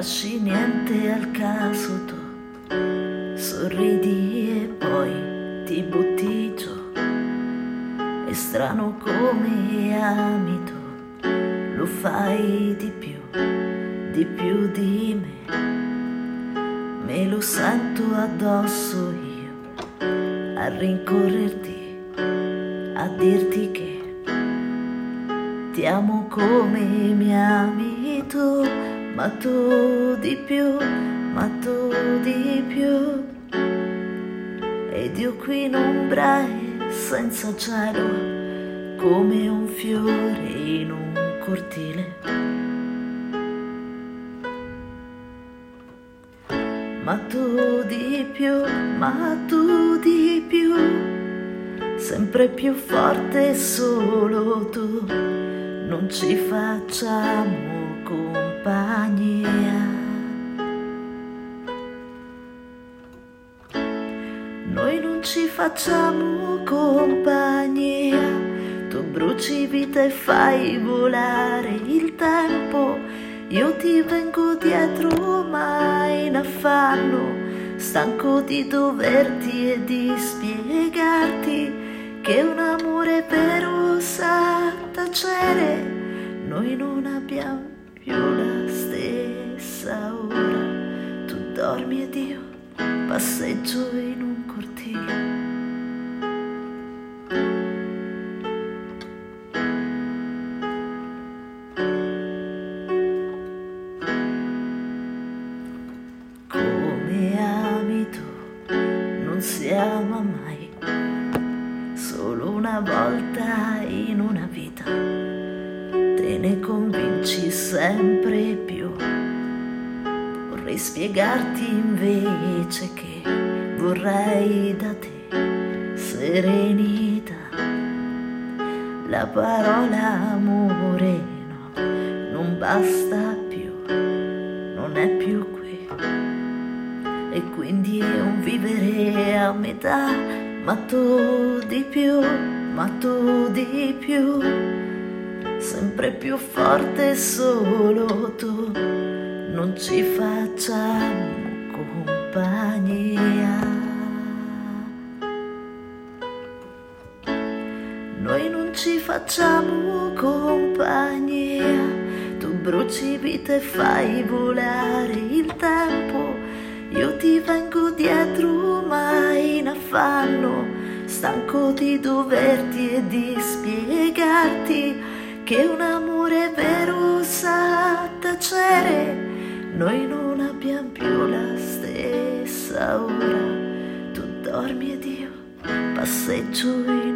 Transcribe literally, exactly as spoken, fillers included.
lasci niente al caso tu, sorridi e poi ti butti giù. È strano come ami tu, lo fai di più, di più di me. Me lo sento addosso io, a rincorrerti, a dirti che ti amo come mi ami tu, ma tu di più, ma tu di più. Ed io qui in ombra e senza cielo, come un fiore in un cortile. Ma tu di più, ma tu di più, sempre più forte solo tu, non ci facciamo compagnia. Noi non ci facciamo compagnia, tu bruci vita e fai volare il tempo, io ti vengo dietro ma in affanno, stanco di doverti e di spiegarti che un amore vero sa tacere. Noi non abbiamo più la stessa ora, tu dormi ed io passeggio in un cortile. Come ami tu, non si ama mai, solo una volta in una vita, te ne convinci sempre più. Vorrei spiegarti invece che vorrei da te serenità, la parola amore no, non basta più, non è più qui, e quindi è un vivere a metà, ma tu di più, ma tu di più, sempre più forte solo tu, non ci facciamo compagnia. Noi non ci facciamo compagnia, tu bruci vita e fai volare il tempo, io ti vengo dietro ma in affanno, stanco di doverti e di spiegarti che un amore vero sa tacere. Noi non abbiamo più la stessa ora, tu dormi ed io passeggio in